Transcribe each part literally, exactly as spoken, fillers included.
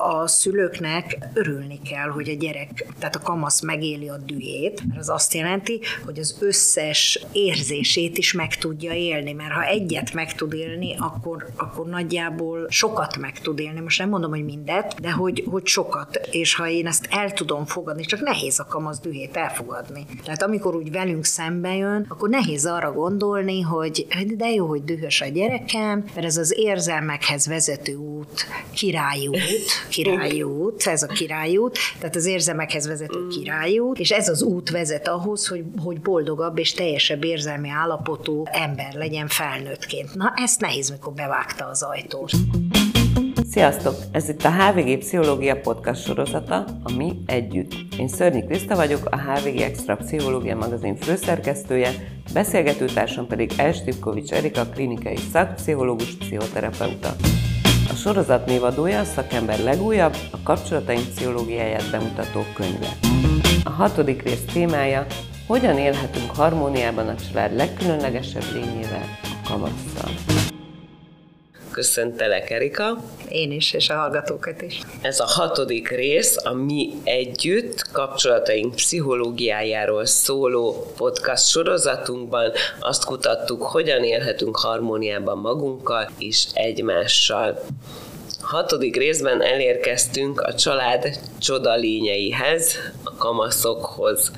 a szülőknek örülni kell, hogy a gyerek, tehát a kamasz megéli a dühét, mert az azt jelenti, hogy az összes érzését is meg tudja élni, mert ha egyet meg tud élni, akkor, akkor nagyjából sokat meg tud élni. Most nem mondom, hogy mindet, de hogy, hogy sokat. És ha én ezt el tudom fogadni, csak nehéz a kamasz dühét elfogadni. Tehát amikor úgy velünk szembe jön, akkor nehéz arra gondolni, hogy de jó, hogy dühös a gyerekem, mert ez az érzelmekhez vezető út, királyút, királyút, ez a királyút, tehát az érzelmekhez vezető királyút, és ez az út vezet ahhoz, hogy, hogy boldogabb és teljesebb érzelmi állapotú ember legyen felnőttként. Na, ezt nehéz, mikor bevágta az ajtót. Sziasztok! Ez itt a há vé gé Pszichológia Podcast sorozata, a Mi Együtt. Én Szörnyi Kriszta vagyok, a há vé gé Extra Pszichológia magazin főszerkesztője, beszélgetőtársam pedig Elstipkovics Erika, klinikai szakpszichológus, pszichoterapeuta. A sorozat névadója a szakember legújabb, a kapcsolataink pszichológiáját bemutató könyve. A hatodik rész témája: hogyan élhetünk harmóniában a család legkülönlegesebb lényével, a kamasszal. Köszöntelek, Erika! Én is, és a hallgatókat is. Ez a hatodik rész, a Mi Együtt kapcsolataink pszichológiájáról szóló podcast sorozatunkban. Azt kutattuk, hogyan élhetünk harmóniában magunkkal és egymással. A hatodik részben elérkeztünk a család csodalényeihez, a kamaszokhoz.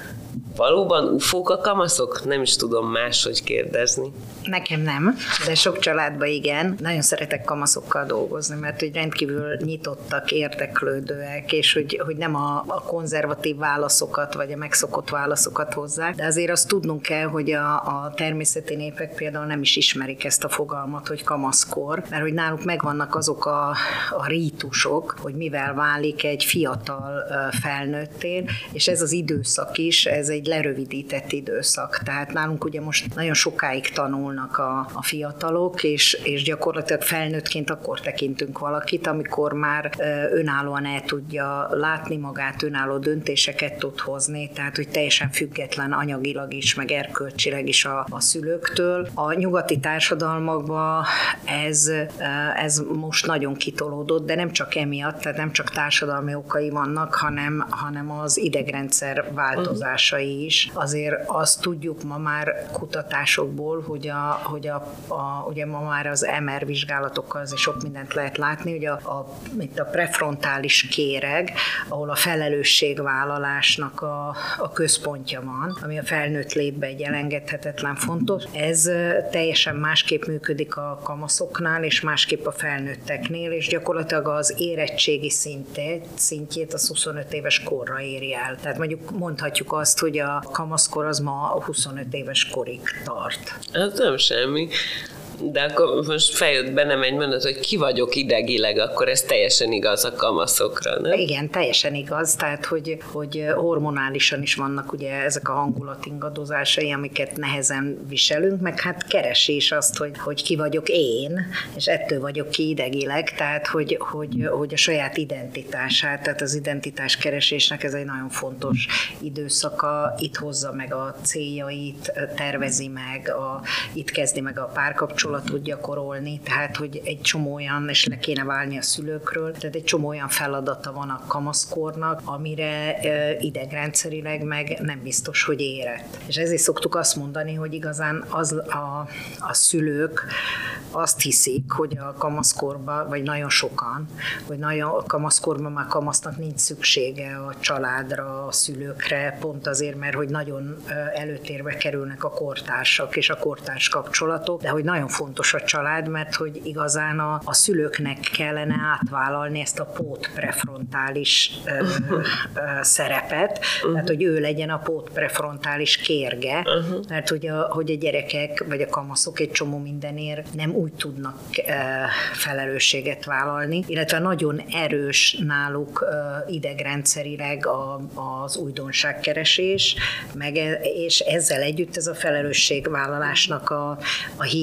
Valóban ufók a kamaszok? Nem is tudom máshogy kérdezni. Nekem nem, de sok családban igen. Nagyon szeretek kamaszokkal dolgozni, mert hogy rendkívül nyitottak, érdeklődőek, és hogy, hogy nem a, a konzervatív válaszokat, vagy a megszokott válaszokat hozzák, de azért azt tudnunk kell, hogy a, a természeti népek például nem is ismerik ezt a fogalmat, hogy kamaszkor, mert hogy náluk megvannak azok a, a rítusok, hogy mivel válik egy fiatal felnőttél, és ez az időszak is, ez egy lerövidített időszak. Tehát nálunk ugye most nagyon sokáig tanul A, a fiatalok, és, és gyakorlatilag felnőttként akkor tekintünk valakit, amikor már önállóan el tudja látni magát, önálló döntéseket tud hozni, tehát hogy teljesen független anyagilag is, meg erkölcsileg is a, a szülőktől. A nyugati társadalmakban ez, ez most nagyon kitolódott, de nem csak emiatt, tehát nem csak társadalmi okai vannak, hanem, hanem az idegrendszer változásai is. Azért azt tudjuk ma már kutatásokból, hogy a hogy a, a, ugye ma már az em er vizsgálatokkal azért sok mindent lehet látni, hogy a, a, itt a prefrontális kéreg, ahol a felelősségvállalásnak a, a központja van, ami a felnőtt létben egy elengedhetetlen fontos. Ez teljesen másképp működik a kamaszoknál, és másképp a felnőtteknél, és gyakorlatilag az érettségi szintét, szintjét az huszonöt éves korra éri el. Tehát mondjuk mondhatjuk azt, hogy a kamaszkor az ma a huszonöt éves korig tart. Ez nem semmi. De akkor most feljött bennem egy mondat, hogy ki vagyok idegileg, akkor ez teljesen igaz a kamaszokra, nem? Igen, teljesen igaz, tehát hogy, hogy hormonálisan is vannak ugye ezek a hangulatingadozásai, amiket nehezen viselünk, meg hát keresi is azt, hogy, hogy ki vagyok én, és ettől vagyok ki idegileg, tehát hogy, hogy, hogy a saját identitását, tehát az identitás keresésnek ez egy nagyon fontos időszaka, itt hozza meg a céljait, tervezi meg, a, itt kezdi meg a párkapcsolatot, tud gyakorolni, tehát hogy egy csomó olyan, és le kéne válni a szülőkről, tehát egy csomó olyan feladata van a kamaszkornak, amire e, idegrendszerileg meg nem biztos, hogy érett. És ezért szoktuk azt mondani, hogy igazán az a, a szülők azt hiszik, hogy a kamaszkorban, vagy nagyon sokan, hogy nagyon a kamaszkorban már kamasznak nincs szüksége a családra, a szülőkre, pont azért, mert hogy nagyon előtérbe kerülnek a kortársak és a kortárs kapcsolatok, de hogy nagyon fontos a család, mert hogy igazán a, a szülőknek kellene átvállalni ezt a pótprefrontális ö, ö, szerepet, uh-huh. tehát hogy ő legyen a pótprefrontális kérge, uh-huh. mert hogy a, hogy a gyerekek vagy a kamaszok egy csomó mindenért nem úgy tudnak ö, felelősséget vállalni, illetve nagyon erős náluk ö, idegrendszerileg a, az újdonságkeresés, meg, és ezzel együtt ez a felelősségvállalásnak a, a hiánya.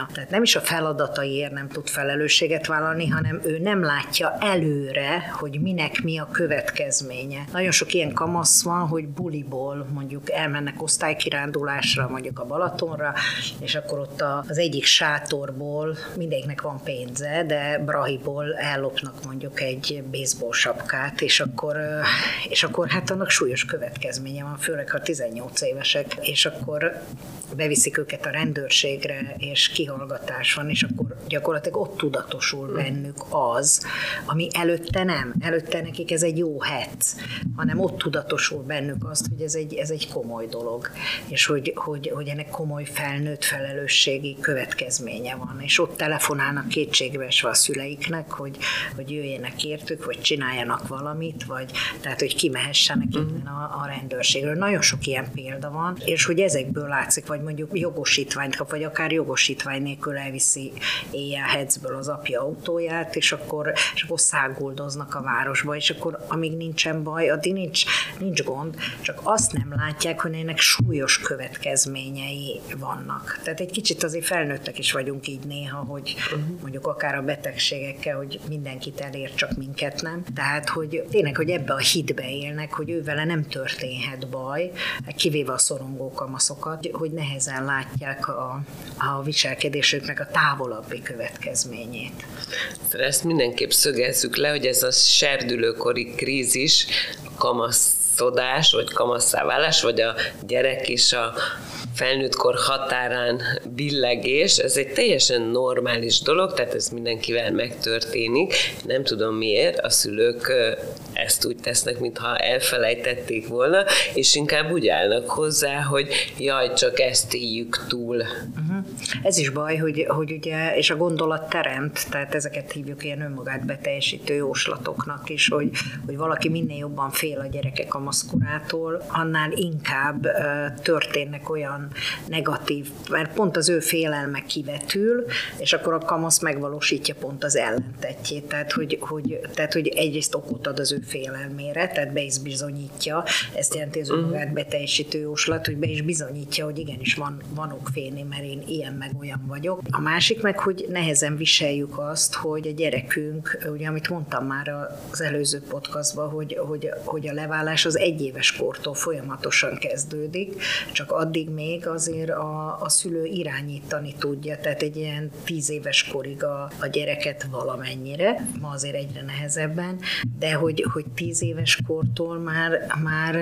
hiánya. Tehát nem is a feladataiért nem tud felelősséget vállalni, hanem ő nem látja előre, hogy minek mi a következménye. Nagyon sok ilyen kamasz van, hogy buliból mondjuk elmennek osztálykirándulásra, mondjuk a Balatonra, és akkor ott az egyik sátorból mindegyiknek van pénze, de brahiból ellopnak mondjuk egy baseball sapkát, és akkor, és akkor hát annak súlyos következménye van, főleg ha tizennyolc évesek, és akkor beviszik őket a rendőrségre, és kihallgatás van, és akkor gyakorlatilag ott tudatosul bennük az, ami előtte nem. Előtte nekik ez egy jó hec, hanem ott tudatosul bennük azt, hogy ez egy, ez egy komoly dolog, és hogy, hogy, hogy ennek komoly felnőtt felelősségi következménye van. És ott telefonálnak kétségbeesve a szüleiknek, hogy, hogy jöjjenek értük, vagy csináljanak valamit, vagy tehát, hogy kimehessenek mm. innen a, a rendőrségről. Nagyon sok ilyen példa van, és hogy ezekből látszik, vagy mondjuk jogosítványt kap, vagy akár jogosítvány nélkül elviszi éjjel hecből az apja autóját, és akkor, és akkor száguldoznak a városba, és akkor amíg nincsen baj, addig nincs, nincs gond, csak azt nem látják, hogy ennek súlyos következményei vannak. Tehát egy kicsit azért felnőttek is vagyunk így néha, hogy uh-huh. mondjuk akár a betegségekkel, hogy mindenkit elér, csak minket nem. Tehát, hogy tényleg, hogy ebbe a hitbe élnek, hogy ővele nem történhet baj, kivéve a szorongó kamaszokat, hogy nehezen látják a, a viselkedésüknek a távolabbi következményét. Ezt mindenképp szögezzük le, hogy ez a serdülőkori krízis, a kamaszodás, vagy kamasszá válás, vagy a gyerek és a felnőttkor határán billegés, ez egy teljesen normális dolog, tehát ez mindenkivel megtörténik. Nem tudom miért, a szülők ezt úgy tesznek, mintha elfelejtették volna, és inkább úgy állnak hozzá, hogy jaj, csak ezt éljük túl. Uh-huh. Ez is baj, hogy, hogy ugye, és a gondolat teremt, tehát ezeket hívjuk ilyen önmagát beteljesítő jóslatoknak is, hogy, hogy valaki minél jobban fél a gyerekek kamaszkorától, annál inkább uh, történnek olyan negatív, mert pont az ő félelme kivetül, és akkor a kamasz megvalósítja pont az ellentetjét. Tehát hogy, hogy, tehát, hogy egyrészt okot ad az ő félelmére, tehát be is bizonyítja, ezt jelenti az önmagát beteljesítő jóslat, hogy be is bizonyítja, hogy igenis van, van ok félni, mert én ilyen meg olyan vagyok. A másik meg, hogy nehezen viseljük azt, hogy a gyerekünk, ugye amit mondtam már az előző podcastban, hogy, hogy, hogy a leválás az egyéves kortól folyamatosan kezdődik, csak addig még azért a, a szülő irányítani tudja, tehát egy ilyen tíz éves korig a, a gyereket valamennyire, ma azért egyre nehezebben, de hogy, hogy tíz éves kortól már, már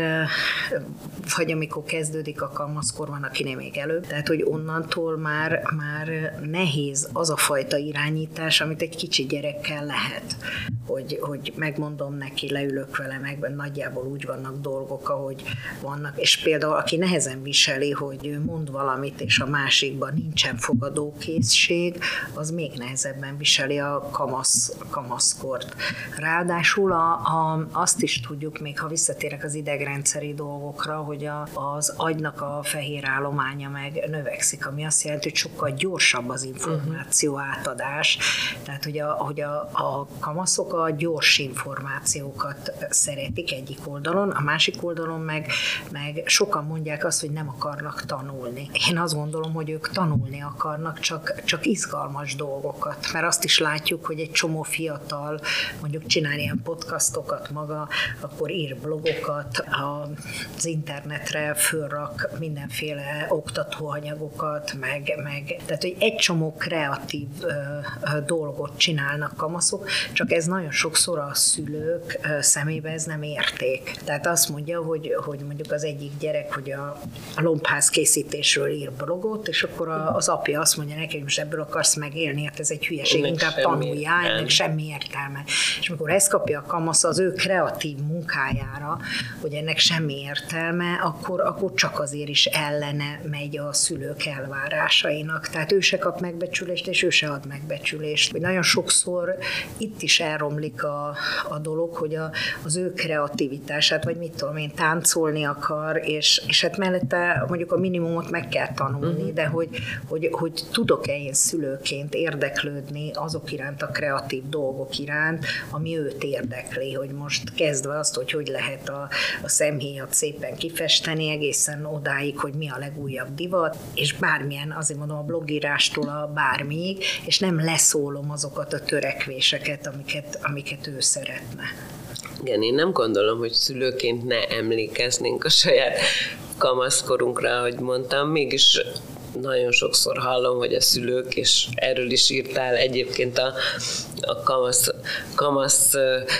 vagy amikor kezdődik a kamaszkor, van akinél még előbb, tehát hogy onnantól már, már nehéz az a fajta irányítás, amit egy kicsi gyerekkel lehet, hogy, hogy megmondom neki, leülök vele, meg nagyjából úgy vannak dolgok, ahogy vannak, és például aki nehezen viseli, hogy ő mond valamit, és a másikban nincsen fogadókészség, az még nehezebben viseli a kamasz, kamaszkort. Ráadásul a, a, azt is tudjuk, még ha visszatérek az idegrendszeri dolgokra, hogy a, az agynak a fehér állománya meg növekszik, ami azt jelenti, hogy sokkal gyorsabb az információ átadás. Tehát, hogy a, hogy a, a kamaszok a gyors információkat szeretik egyik oldalon, a másik oldalon meg, meg sokan mondják azt, hogy nem akarnak tanulni. Én azt gondolom, hogy ők tanulni akarnak, csak, csak izgalmas dolgokat, mert azt is látjuk, hogy egy csomó fiatal mondjuk csinál ilyen podcastokat maga, akkor ír blogokat, az internetre fölrak mindenféle oktatóanyagokat, meg, meg tehát, hogy egy csomó kreatív ö, ö, dolgot csinálnak kamaszok, csak ez nagyon sokszor a szülők ö, szemébe ez nem érték. Tehát azt mondja, hogy, hogy mondjuk az egyik gyerek, hogy a, a lombház készítésről ír blogot, és akkor a, az apja azt mondja neki, hogy most ebből akarsz megélni, hát ez egy hülyeség, ennek inkább tanuljál, ennek semmi értelme. És amikor ezt kapja a kamasz az ő kreatív munkájára, hogy ennek semmi értelme, akkor, akkor csak azért is ellene megy a szülők elvárásainak. Tehát ő se kap megbecsülést, és ő se ad megbecsülést. Hogy nagyon sokszor itt is elromlik a, a dolog, hogy a, az ő kreativitását, vagy mit tudom én, táncolni akar, és, és hát mellette mondjuk a mi minimumot meg kell tanulni, uh-huh. de hogy, hogy, hogy tudok-e én szülőként érdeklődni azok iránt, a kreatív dolgok iránt, ami őt érdekli, hogy most kezdve azt, hogy hogy lehet a, a szemhéjat szépen kifesteni, egészen odáig, hogy mi a legújabb divat, és bármilyen, azért mondom, a blogírástól a bármiig, és nem leszólom azokat a törekvéseket, amiket, amiket ő szeretne. Igen, én nem gondolom, hogy szülőként ne emlékeznénk a saját kamaszkorunkra, ahogy mondtam, mégis nagyon sokszor hallom, hogy a szülők, és erről is írtál egyébként a, a kamasz, kamasz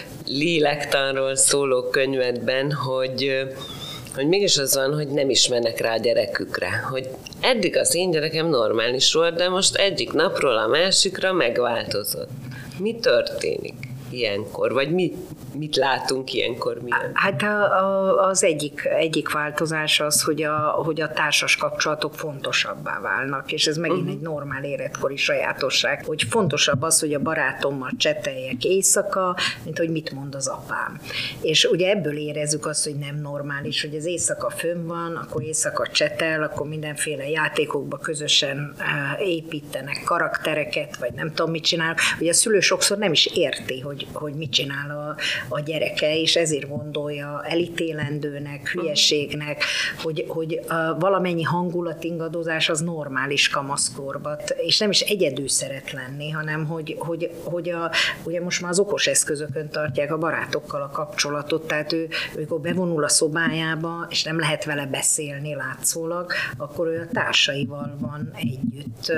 lélektanról szóló könyvedben, hogy hogy mégis az van, hogy nem ismernek rá a gyerekükre, hogy eddig az én gyerekem normális volt, de most egyik napról a másikra megváltozott. Mi történik ilyenkor, vagy mi, mit látunk ilyenkor? Milyen? Hát a, a, az egyik, egyik változás az, hogy a, hogy a társas kapcsolatok fontosabbá válnak, és ez megint uh-huh. egy normál életkori sajátosság, hogy fontosabb az, hogy a barátommal cseteljek éjszaka, mint hogy mit mond az apám. És ugye ebből érezzük azt, hogy nem normális, hogy az éjszaka fönn van, akkor éjszaka csetel, akkor mindenféle játékokba közösen építenek karaktereket, vagy nem tudom, mit csinálnak. Ugye a szülő sokszor nem is érti, hogy, hogy mit csinál a a gyereke, és ezért gondolja elítélendőnek, hülyeségnek, hogy, hogy valamennyi hangulatingadozás az normális kamaszkorban, és nem is egyedül szeret lenni, hanem hogy, hogy, hogy a, ugye most már az okos eszközökön tartják a barátokkal a kapcsolatot, tehát ő, amikor bevonul a szobájába, és nem lehet vele beszélni látszólag, akkor ő a társaival van együtt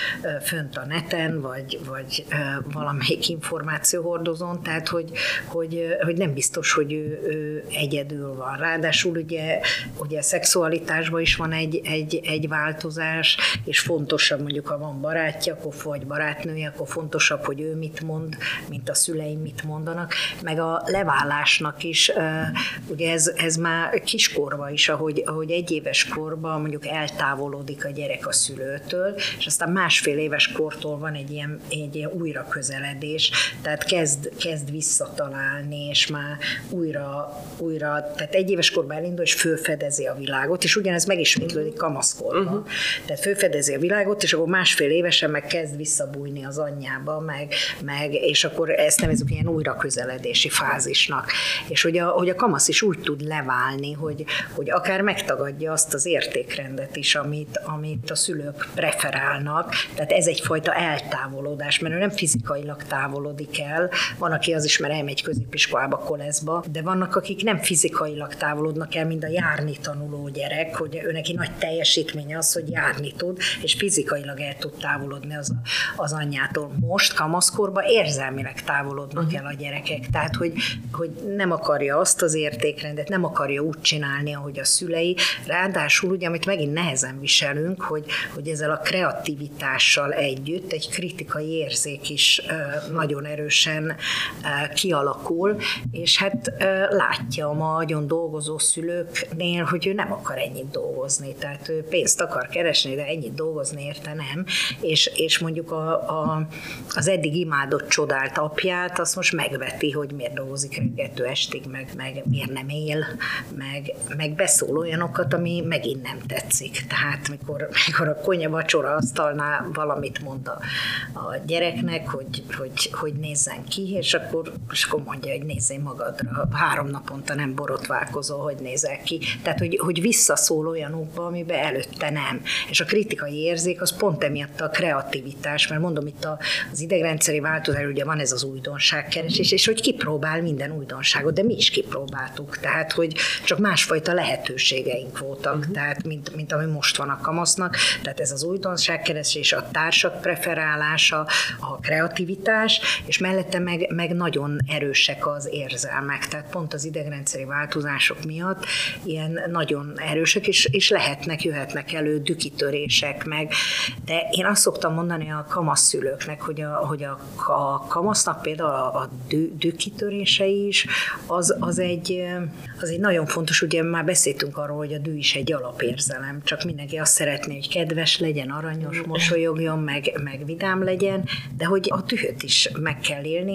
fönt a neten, vagy, vagy valamelyik információhordozón, tehát hogy, hogy hogy nem biztos, hogy ő, ő egyedül van. Ráadásul ugye, ugye a szexualitásban is van egy, egy, egy változás, és fontosabb, mondjuk, ha van barátja, akkor, vagy barátnője, akkor fontosabb, hogy ő mit mond, mint a szüleim mit mondanak. Meg a leválásnak is, ugye ez, ez már kiskorban is, ahogy, ahogy egy éves korban mondjuk eltávolodik a gyerek a szülőtől, és aztán másfél éves kortól van egy ilyen, egy ilyen újra közeledés, tehát kezd, kezd visszatalálni, és már újra, újra, tehát egy éves korban elindul, és fölfedezi a világot, és ugyanez megismétlődik kamaszkorban. Uh-huh. Tehát fölfedezi a világot, és akkor másfél évesen meg kezd visszabújni az anyjába, meg, meg, és akkor ezt nevezzük ilyen újra közeledési fázisnak. És hogy a, hogy a kamasz is úgy tud leválni, hogy, hogy akár megtagadja azt az értékrendet is, amit, amit a szülők preferálnak, tehát ez egyfajta eltávolodás, mert ő nem fizikailag távolodik el, van, aki az is, mert elmegy középiskolába, koleszba, de vannak, akik nem fizikailag távolodnak el, mint a járni tanuló gyerek, hogy ő neki nagy teljesítmény az, hogy járni tud, és fizikailag el tud távolodni az, az anyjától. Most kamaszkorban érzelmileg távolodnak uh-huh. el a gyerekek, tehát hogy, hogy nem akarja azt az értékrendet, nem akarja úgy csinálni, ahogy a szülei, ráadásul ugye, amit megint nehezen viselünk, hogy, hogy ezzel a kreativitással együtt egy kritikai érzék is uh, nagyon erősen uh, kialakul, és hát látja a ma agyon dolgozó szülőknél, hogy ő nem akar ennyit dolgozni, tehát ő pénzt akar keresni, de ennyit dolgozni érte nem, és, és mondjuk a, a, az eddig imádott, csodált apját, azt most megveti, hogy miért dolgozik reggeltől estig, meg, meg miért nem él, meg, meg beszól olyanokat, ami megint nem tetszik. Tehát mikor, mikor a konyha vacsora asztalnál valamit mond a, a gyereknek, hogy, hogy, hogy nézzen ki, és akkor, és akkor mondja, hogy nézzél magadra, három naponta nem borotválkozol, hogy nézel ki. Tehát, hogy, hogy visszaszól olyanokba, amiben előtte nem. És a kritikai érzék az pont emiatt a kreativitás, mert mondom, itt az idegrendszeri változás, ugye van ez az újdonságkeresés, és hogy kipróbál minden újdonságot, de mi is kipróbáltuk. Tehát, hogy csak másfajta lehetőségeink voltak, uh-huh. tehát, mint, mint ami most van a kamasznak. Tehát ez az újdonságkeresés, a társak preferálása, a kreativitás, és mellette meg, meg nagyon erősek az érzelmek. Tehát pont az idegrendszeri változások miatt ilyen nagyon erősek, és, és lehetnek, jöhetnek elő dükitörések meg. De én azt szoktam mondani a kamaszszülőknek, hogy a, hogy a, a kamasznak például a, a dü, dükitörései is, az, az, egy, az egy nagyon fontos, ugye már beszéltünk arról, hogy a dű is egy alapérzelem, csak mindenki azt szeretné, hogy kedves legyen, aranyos, mosolyogjon, meg, meg vidám legyen, de hogy a dühöt is meg kell élni,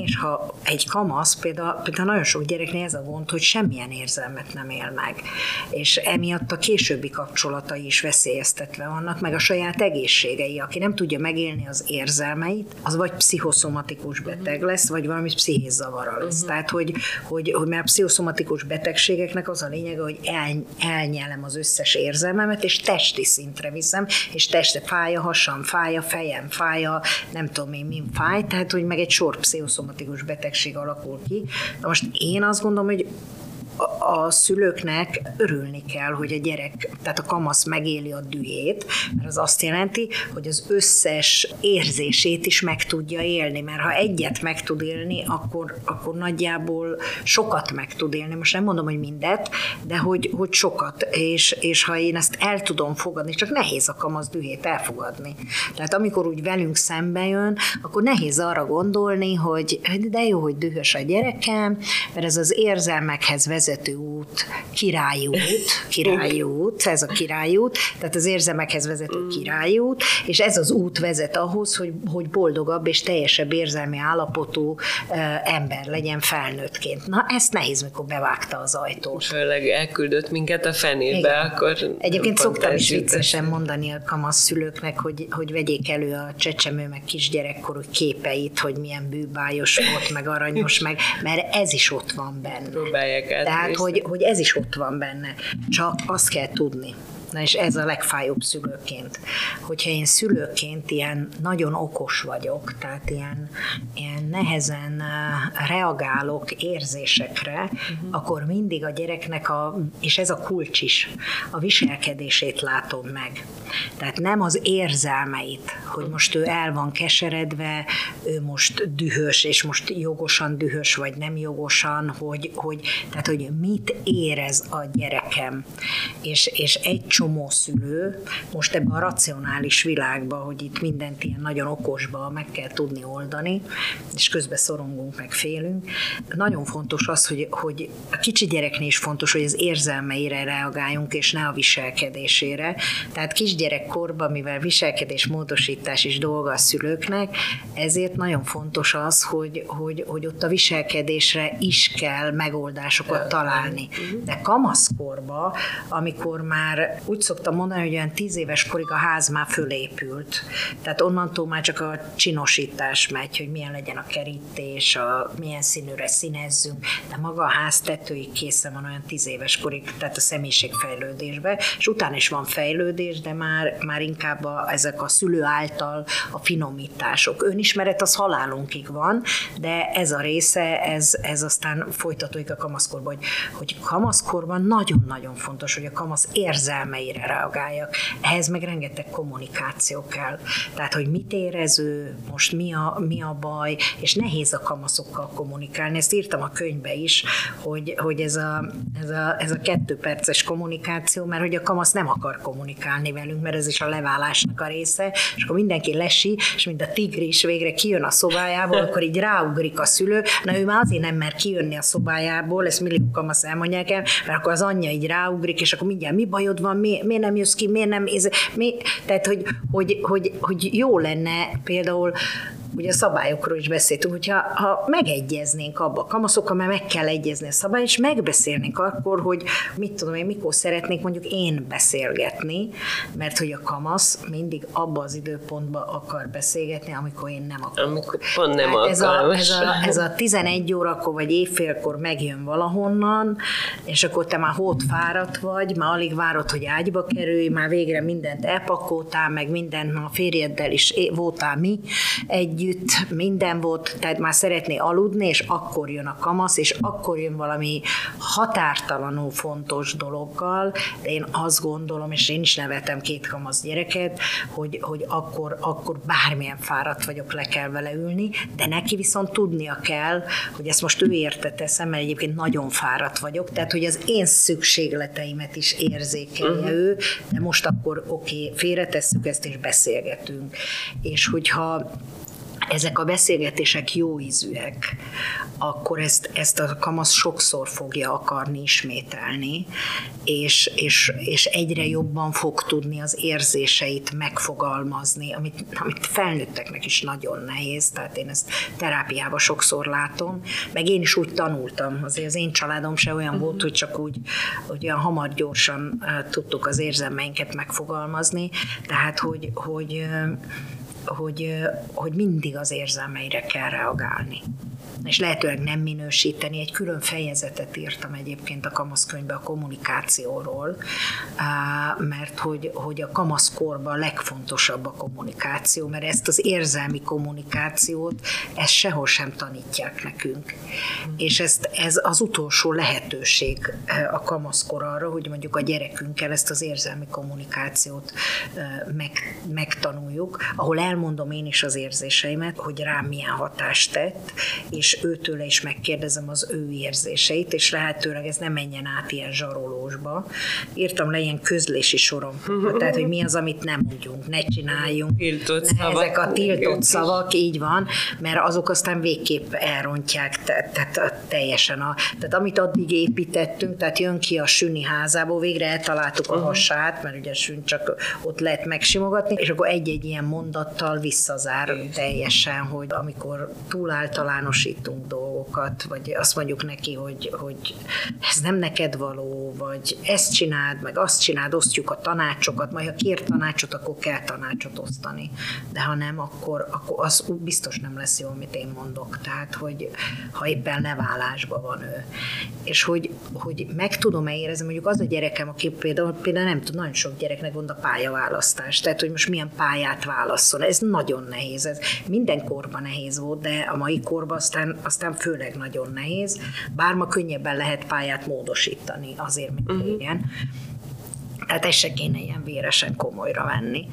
És ha egy kamasz, például, például nagyon sok gyereknél ez a gond, hogy semmilyen érzelmet nem él meg. És emiatt a későbbi kapcsolatai is veszélyeztetve vannak, meg a saját egészségei. Aki nem tudja megélni az érzelmeit, az vagy pszichoszomatikus beteg lesz, vagy valami pszichés zavara lesz. Uh-huh. Tehát, hogy, hogy, hogy mert a pszichoszomatikus betegségeknek az a lényege, hogy el, elnyelem az összes érzelmemet, és testi szintre viszem, és testre fáj a hasam, fáj a fejem, fáj a nem tudom én, mi fáj, tehát, hogy meg egy sor pszichoszomatikus betegség alakul ki. Na most én azt gondolom, hogy a szülőknek örülni kell, hogy a gyerek, tehát a kamasz megéli a dühét, mert az azt jelenti, hogy az összes érzését is meg tudja élni, mert ha egyet meg tud élni, akkor, akkor nagyjából sokat meg tud élni. Most nem mondom, hogy mindet, de hogy, hogy sokat, és, és ha én ezt el tudom fogadni, csak nehéz a kamasz dühét elfogadni. Tehát amikor úgy velünk szembe jön, akkor nehéz arra gondolni, hogy de jó, hogy dühös a gyerekem, mert ez az érzelmekhez vezet út, királyi út, királyi út, ez a királyi út, tehát az érzelmekhez vezető királyi út, és ez az út vezet ahhoz, hogy, hogy boldogabb és teljesebb érzelmi állapotú uh, ember legyen felnőttként. Na, ezt nehéz, mikor bevágta az ajtót. Főleg elküldött minket a fenébe, igen. Akkor... Egyébként szoktam is viccesen mondani a kamasz szülőknek, hogy, hogy vegyék elő a csecsemő, meg kisgyerekkorú képeit, hogy milyen bűbájos volt, meg aranyos, meg, mert ez is ott van benne. Próbálják át. Tehát, hogy, hogy ez is ott van benne. Csak azt kell tudni. Na és ez a legfájóbb szülőként. Hogyha én szülőként ilyen nagyon okos vagyok, tehát ilyen, ilyen nehezen reagálok érzésekre, uh-huh. akkor mindig a gyereknek, a, és ez a kulcs is, a viselkedését látom meg. Tehát nem az érzelmeit, hogy most ő el van keseredve, ő most dühös, és most jogosan dühös, vagy nem jogosan, hogy, hogy, tehát, hogy mit érez a gyerekem. És, és egy csomó szülő, most ebben a racionális világban, hogy itt mindent ilyen nagyon okosba meg kell tudni oldani, és közben szorongunk, meg félünk. Nagyon fontos az, hogy, hogy a kicsi gyereknél is fontos, hogy az érzelmeire reagáljunk, és ne a viselkedésére. Tehát kisgyerekkorban, mivel viselkedésmódosítás is dolga a szülőknek, ezért nagyon fontos az, hogy, hogy, hogy ott a viselkedésre is kell megoldásokat találni. De kamaszkorban, amikor már úgy szoktam mondani, hogy olyan tíz éves korig a ház már fölépült. Tehát onnantól már csak a csinosítás megy, hogy milyen legyen a kerítés, a, milyen színűre színezzünk, de maga a ház tetőig készen van olyan tíz éves korig, tehát a személyiségfejlődésbe, és utána is van fejlődés, de már, már inkább a, ezek a szülő által a finomítások. Önismeret az halálunkig van, de ez a része, ez, ez aztán folytatódik a kamaszkorban, hogy, hogy kamaszkorban nagyon-nagyon fontos, hogy a kamasz érzelmeire reagáljak. Ehhez meg rengeteg kommunikáció kell. Tehát, hogy mit érez ő, most mi a, mi a baj, és nehéz a kamaszokkal kommunikálni. Ezt írtam a könyvbe is, hogy, hogy ez, a, ez, a, ez a kettő perces kommunikáció, mert hogy a kamasz nem akar kommunikálni velünk, mert ez is a leválásnak a része, és akkor mindenki lesi, és mint a tigris végre kijön a szobájából, akkor így ráugrik a szülő, na ő már azért nem mer kijönni a szobájából, ezt millió kamasz elmondják el, mert akkor az anyja így ráugrik, és akkor mindjárt mi bajod van, mi, miért nem jössz ki, miért nem, ez, mi, tehát hogy, hogy, hogy, hogy jó lenne például, ugye a szabályokról is beszéltünk, hogyha ha megegyeznénk abba a kamaszokkal, mert meg kell egyezni a szabály, és megbeszélnénk akkor, hogy mit tudom én, mikor szeretnék mondjuk én beszélgetni, mert hogy a kamasz mindig abba az időpontban akar beszélgetni, amikor én nem akarok. Amikor pont nem akar. Ez a, ez, a, ez a tizenegy órakor vagy évfélkor megjön valahonnan, és akkor te már hót fáradt vagy, már alig várod, hogy ágyba kerülj, már végre mindent elpakoltál, meg mindent a férjeddel is voltál mi együtt, minden volt, tehát már szeretné aludni, és akkor jön a kamasz, és akkor jön valami határtalanul fontos dologgal, de én azt gondolom, és én is neveltem két kamasz gyereket, hogy, hogy akkor, akkor bármilyen fáradt vagyok, le kell vele ülni, de neki viszont tudnia kell, hogy ezt most ő érte teszem, mert egyébként nagyon fáradt vagyok, tehát hogy az én szükségleteimet is érzékelje uh-huh. ő, de most akkor oké, okay, félretesszük ezt, és beszélgetünk. És hogyha ezek a beszélgetések jó ízűek, akkor ezt, ezt a kamasz sokszor fogja akarni ismételni, és, és, és egyre jobban fog tudni az érzéseit megfogalmazni, amit, amit felnőtteknek is nagyon nehéz, tehát én ezt terápiában sokszor látom, meg én is úgy tanultam, azért az én családom se olyan uh-huh. volt, hogy csak úgy hogy olyan hamar, gyorsan uh, tudtuk az érzelmeinket megfogalmazni, tehát hogy, hogy, uh, hogy, uh, hogy mindig az érzelmeire kell reagálni. És lehetőleg nem minősíteni. Egy külön fejezetet írtam egyébként a kamaszkönyvbe a kommunikációról, mert hogy, hogy a kamaszkorban a legfontosabb a kommunikáció, mert ezt az érzelmi kommunikációt, ezt sehol sem tanítják nekünk. Mm. És ezt, ez az utolsó lehetőség a kamaszkor arra, hogy mondjuk a gyerekünkkel ezt az érzelmi kommunikációt meg, megtanuljuk, ahol elmondom én is az érzéseimet, hogy rám milyen hatást tett, és és őtőle is megkérdezem az ő érzéseit, és lehetőleg ez ne menjen át ilyen zsarolósba. Írtam le ilyen közlési sorom, tehát, hogy mi az, amit nem mondjunk, ne csináljunk. Tiltott ne, szavak. Ezek a tiltott szavak, így van, mert azok aztán végképp elrontják te, te, teljesen. A, tehát amit addig építettünk, tehát jön ki a Süni házából, végre eltaláltuk a hasát, mert ugye a Sün csak ott lehet megsimogatni, és akkor egy-egy ilyen mondattal visszazár teljesen, hogy amikor túl általánosít dolgokat, vagy azt mondjuk neki, hogy, hogy ez nem neked való, vagy ezt csináld, meg azt csináld, osztjuk a tanácsokat, majd ha kér tanácsot, akkor kell tanácsot osztani. De ha nem, akkor, akkor az biztos nem lesz jó, amit én mondok. Tehát, hogy ha éppen leválásban van ő. És hogy, hogy meg tudom-e érezni, mondjuk az a gyerekem, aki például, például nem tud, nagyon sok gyereknek gond a pályaválasztás. Tehát, hogy most milyen pályát válasszon. Ez nagyon nehéz. Ez minden korban nehéz volt, de a mai korban aztán aztán főleg nagyon nehéz, bár ma könnyebben lehet pályát módosítani azért, mint uh-huh. régen. Tehát ezt se kéne ilyen véresen komolyra venni,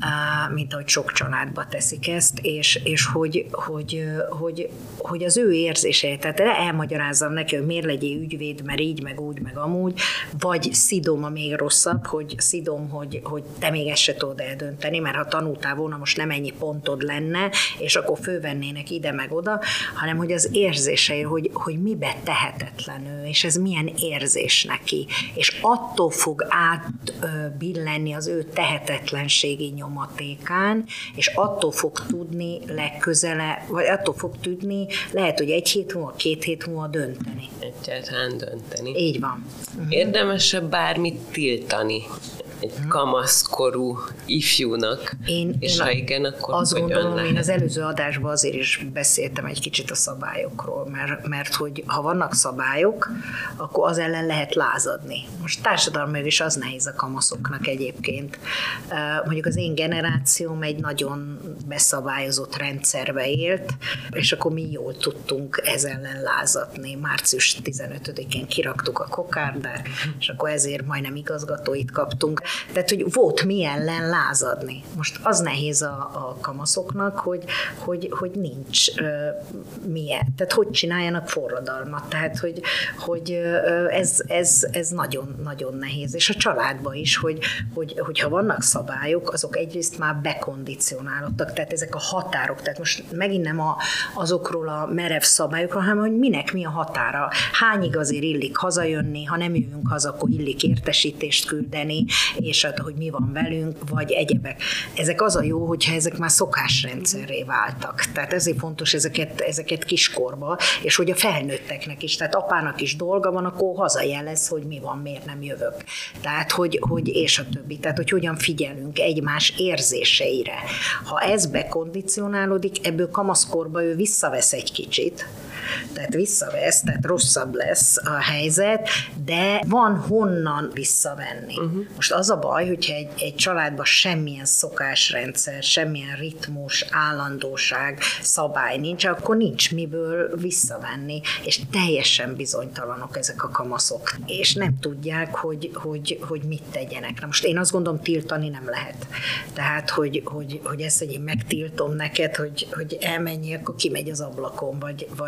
mint ahogy sok családba teszik ezt, és, és hogy, hogy, hogy, hogy az ő érzéseit, tehát elmagyarázzam neki, hogy miért legyél ügyvéd, mert így, meg úgy, meg amúgy, vagy szidom a még rosszabb, hogy szidom, hogy, hogy te még ezt se tudod eldönteni, mert ha tanultál volna, most nem ennyi pontod lenne, és akkor fölvennének ide, meg oda, hanem hogy az érzései, hogy, hogy mibe tehetetlen ő, és ez milyen érzés neki, és attól fog át billenni az ő tehetetlenségi nyomatékán, és attól fog tudni legközele, vagy attól fog tudni, lehet, hogy egy hét múlva, két hét múlva dönteni. Egyáltalán dönteni. Így van. Érdemes-e bármit tiltani egy kamaszkorú ifjúnak, én, és én ha igen, akkor azt gondolom, lehet? Én az előző adásban azért is beszéltem egy kicsit a szabályokról, mert, mert hogy ha vannak szabályok, akkor az ellen lehet lázadni. Most társadalmilag is az nehéz a kamaszoknak egyébként. Mondjuk az én generációm egy nagyon beszabályozott rendszerbe élt, és akkor mi jól tudtunk ez ellen lázadni. március tizenötödikén kiraktuk a kokárdát, és akkor ezért majdnem igazgatóit kaptunk. Tehát, hogy volt mi ellen lázadni. Most az nehéz a, a kamaszoknak, hogy, hogy, hogy nincs uh, milyen. Tehát, hogy csináljanak forradalmat. Tehát, hogy, hogy uh, ez, ez, ez nagyon, nagyon nehéz. És a családban is, hogy, hogy, hogyha vannak szabályok, azok egyrészt már bekondicionálódtak. Tehát ezek a határok. Tehát most megint nem a, azokról a merev szabályokról, hanem hogy minek mi a határa. Hányig azért illik hazajönni, ha nem jövünk haza, akkor illik értesítést küldeni, és hogy mi van velünk, vagy egyebek. Ezek az a jó, hogyha ezek már szokásrendszerré váltak. Tehát ezért fontos ezeket, ezeket kiskorba, és hogy a felnőtteknek is, tehát apának is dolga van, akkor hazajelez, hogy mi van, miért nem jövök. Tehát, hogy, hogy és a többi. Tehát, hogy hogyan figyelünk egymás érzéseire. Ha ez bekondicionálódik, ebből kamaszkorba ő visszavesz egy kicsit, tehát visszavesz, tehát rosszabb lesz a helyzet, de van honnan visszavenni. Uh-huh. Most az a baj, hogyha egy, egy családban semmilyen szokásrendszer, semmilyen ritmus, állandóság, szabály nincs, akkor nincs miből visszavenni, és teljesen bizonytalanok ezek a kamaszok, és nem tudják, hogy, hogy, hogy mit tegyenek. Na most én azt gondolom, tiltani nem lehet. Tehát, hogy, hogy, hogy ezt, hogy én megtiltom neked, hogy, hogy elmenjél, akkor kimegy az ablakon, vagy, vagy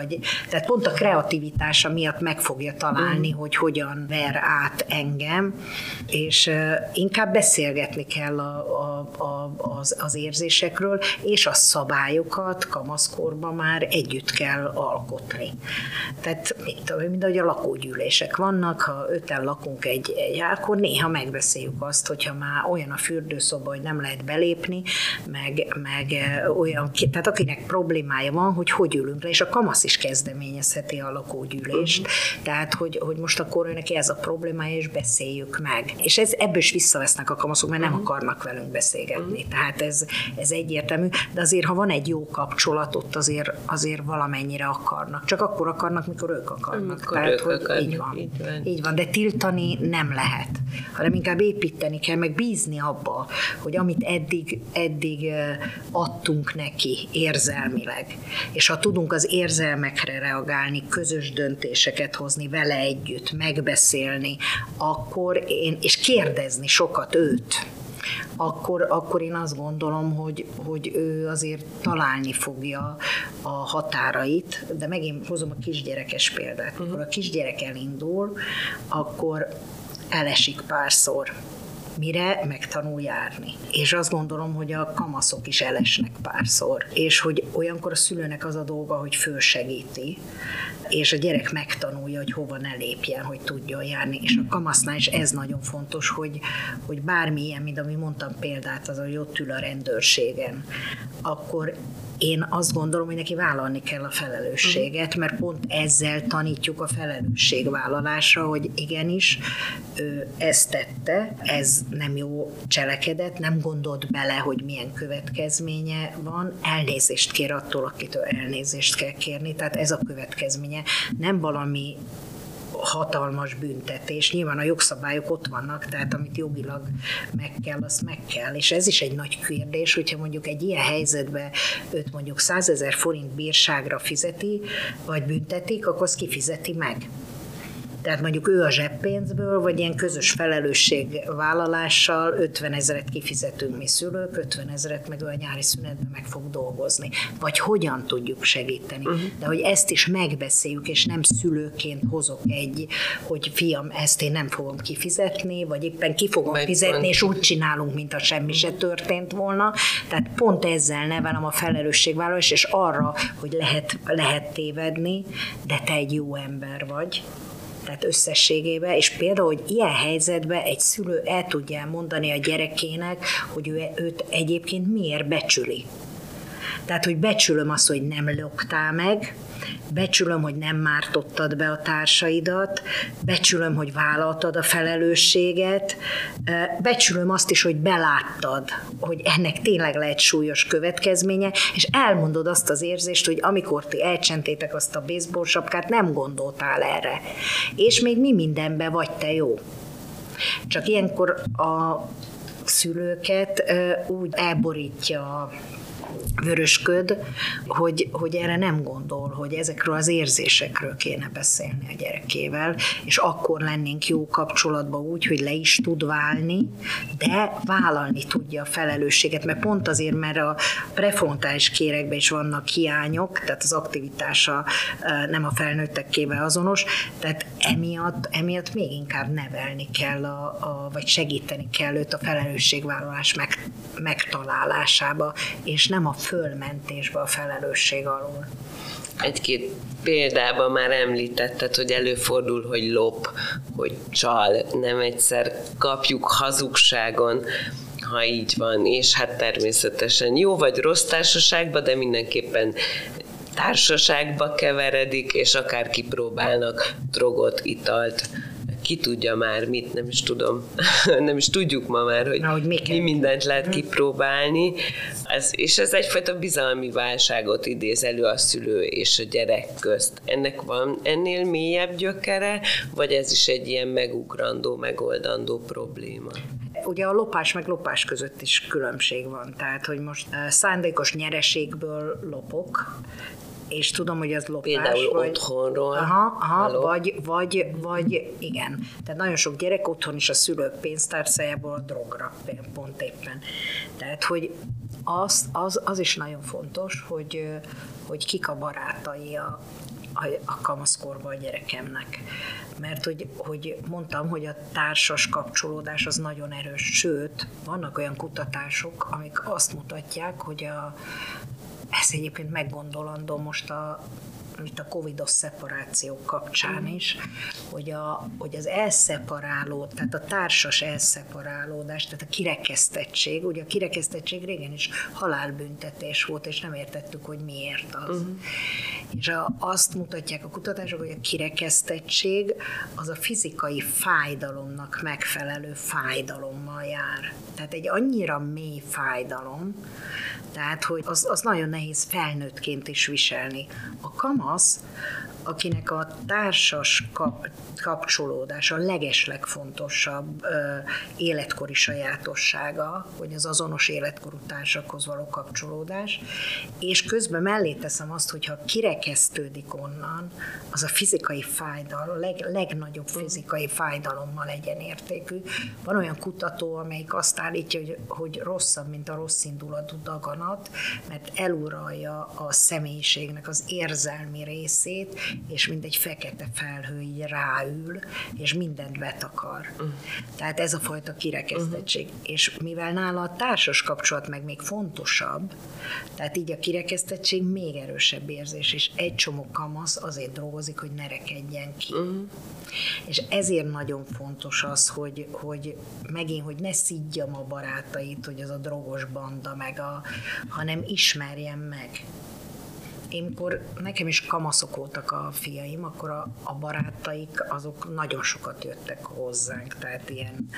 Tehát pont a kreativitása miatt meg fogja találni, mm. hogy hogyan ver át engem, és inkább beszélgetni kell a, a, a, az, az érzésekről, és a szabályokat kamaszkorban már együtt kell alkotni. Tehát mint ahogy a lakógyűlések vannak, ha öten lakunk egy, egy akkor néha megbeszéljük azt, hogyha már olyan a fürdőszoba, hogy nem lehet belépni, meg, meg olyan, tehát akinek problémája van, hogy hogy ülünk le, és a kamasz is kezdeményezheti a lakógyűlést, uh-huh. tehát hogy, hogy most akkor neki ez a problémája, és beszéljük meg. És ez, ebből is visszavesznek a kamaszok, mert nem uh-huh. akarnak velünk beszélgetni. Uh-huh. Tehát ez, ez egyértelmű, de azért, ha van egy jó kapcsolat, ott azért, azért valamennyire akarnak. Csak akkor akarnak, mikor ők akarnak. Amikor tehát, ők hogy akarnak. Így van. Így van. Így van, de tiltani nem lehet, hanem inkább építeni kell, meg bízni abba, hogy amit eddig, eddig adtunk neki érzelmileg, és ha tudunk az érzelmekre reagálni, közös döntéseket hozni vele együtt, megbeszélni, akkor én, és kérdezni sokat őt, Akkor, akkor én azt gondolom, hogy, hogy ő azért találni fogja a határait, de megint hozom a kisgyerekes példát. Amikor a kisgyerek elindul, akkor elesik párszor, mire megtanul járni. És azt gondolom, hogy a kamaszok is elesnek párszor. És hogy olyankor a szülőnek az a dolga, hogy fölsegíti, és a gyerek megtanulja, hogy hova ne lépjen, hogy tudjon járni. És a kamasznál is ez nagyon fontos, hogy, hogy bármilyen, mint ami mondtam példát, az, hogy ott ül a rendőrségen, akkor én azt gondolom, hogy neki vállalni kell a felelősséget, mert pont ezzel tanítjuk a felelősségvállalásra, hogy igenis, ő ezt tette, ez nem jó cselekedet, nem gondolt bele, hogy milyen következménye van, elnézést kér attól, akitől elnézést kell kérni, tehát ez a következménye, nem valami hatalmas büntetés. Nyilván a jogszabályok ott vannak, tehát amit jogilag meg kell, azt meg kell. És ez is egy nagy kérdés, hogyha mondjuk egy ilyen helyzetben őt mondjuk százezer forint bírságra fizeti, vagy büntetik, akkor azt kifizeti meg. Tehát mondjuk ő a zseppénzből, vagy ilyen közös felelősségvállalással ötvenezret kifizetünk mi szülők, ötvenezret meg ő a nyári szünetben meg fog dolgozni. Vagy hogyan tudjuk segíteni. Uh-huh. De hogy ezt is megbeszéljük, és nem szülőként hozok egy, hogy fiam, ezt én nem fogom kifizetni, vagy éppen ki fogom meg fizetni, van. És úgy csinálunk, mint a semmi se történt volna. Tehát pont ezzel nevelem a felelősségvállalás, és arra, hogy lehet, lehet tévedni, de te egy jó ember vagy. Tehát összességében, és például, hogy ilyen helyzetben egy szülő el tudja mondani a gyerekének, hogy ő, őt egyébként miért becsüli. Tehát, hogy becsülöm azt, hogy nem löktál meg, becsülöm, hogy nem mártottad be a társaidat, becsülöm, hogy vállaltad a felelősséget, becsülöm azt is, hogy beláttad, hogy ennek tényleg lehet súlyos következménye, és elmondod azt az érzést, hogy amikor ti elcsentétek azt a baseball sapkát, nem gondoltál erre. És még mi mindenben vagy te jó. Csak ilyenkor a szülőket úgy elborítja vörösköd, hogy, hogy erre nem gondol, hogy ezekről az érzésekről kéne beszélni a gyerekével, és akkor lennénk jó kapcsolatban úgy, hogy le is tud válni, de vállalni tudja a felelősséget, mert pont azért, mert a prefrontális kéregben is vannak hiányok, tehát az aktivitása nem a felnőttekével azonos, tehát emiatt, emiatt még inkább nevelni kell, a, a, vagy segíteni kell őt a felelősségvállalás meg, megtalálásába, és nem a fölmentésbe a felelősség alól. Egy-két példában már említetted, hogy előfordul, hogy lop, hogy csal, nem egyszer kapjuk hazugságon, ha így van, és hát természetesen jó vagy rossz társaságban, de mindenképpen társaságba keveredik, és akár kipróbálnak drogot, italt, ki tudja már mit, nem is tudom, nem is tudjuk ma már, hogy, Na, hogy mi, mi mindent lehet kipróbálni, ez, és ez egyfajta bizalmi válságot idéz elő a szülő és a gyerek közt. Ennek van ennél mélyebb gyökere, vagy ez is egy ilyen megugrandó, megoldandó probléma? Ugye a lopás meg lopás között is különbség van, tehát hogy most szándékos nyereségből lopok, és tudom, hogy az lopás. Például vagy, otthonról. Aha, aha vagy, vagy, vagy igen. Tehát nagyon sok gyerek otthon is a szülők pénztárcájából a drogra, pont éppen. Tehát, hogy az, az, az is nagyon fontos, hogy, hogy kik a barátai a, a, a kamaszkorban a gyerekemnek. Mert hogy, hogy mondtam, hogy a társas kapcsolódás az nagyon erős, sőt, vannak olyan kutatások, amik azt mutatják, hogy a, ez egyébként meggondolandó most a itt a covidos szeparációk kapcsán is, hogy, a, hogy az elszeparáló, tehát a társas elszeparálódás, tehát a kirekesztettség, ugye a kirekesztettség régen is halálbüntetés volt, és nem értettük, hogy miért az. Uh-huh. És a, azt mutatják a kutatások, hogy a kirekesztettség az a fizikai fájdalomnak megfelelő fájdalommal jár. Tehát egy annyira mély fájdalom, tehát hogy az, az nagyon nehéz felnőttként is viselni. A kamasz, akinek a társas kap, kapcsolódás a legeslegfontosabb ö, életkori sajátossága, hogy az azonos életkorú társakhoz való kapcsolódás, és közben mellé teszem azt, hogyha kirekesztődik onnan, az a fizikai fájdalom, a leg, legnagyobb fizikai fájdalommal egyenértékű. Van olyan kutató, amelyik azt állítja, hogy, hogy rosszabb, mint a rosszindulatú daganat, mert eluralja a személyiségnek az érzelmi részét, és mint egy fekete felhő így ráül, és mindent betakar. Uh. Tehát ez a fajta kirekesztettség. Uh-huh. És mivel nála a társas kapcsolat meg még fontosabb, tehát így a kirekesztettség még erősebb érzés, és egy csomó kamasz azért dolgozik, hogy ne rekedjen ki. Uh-huh. És ezért nagyon fontos az, hogy, hogy megint, hogy ne szidjam a barátait, hogy az a drogos banda, meg a, hanem ismerjem meg. Én, mikor nekem is kamaszok voltak a fiaim, akkor a, a barátaik, azok nagyon sokat jöttek hozzánk, tehát ilyen,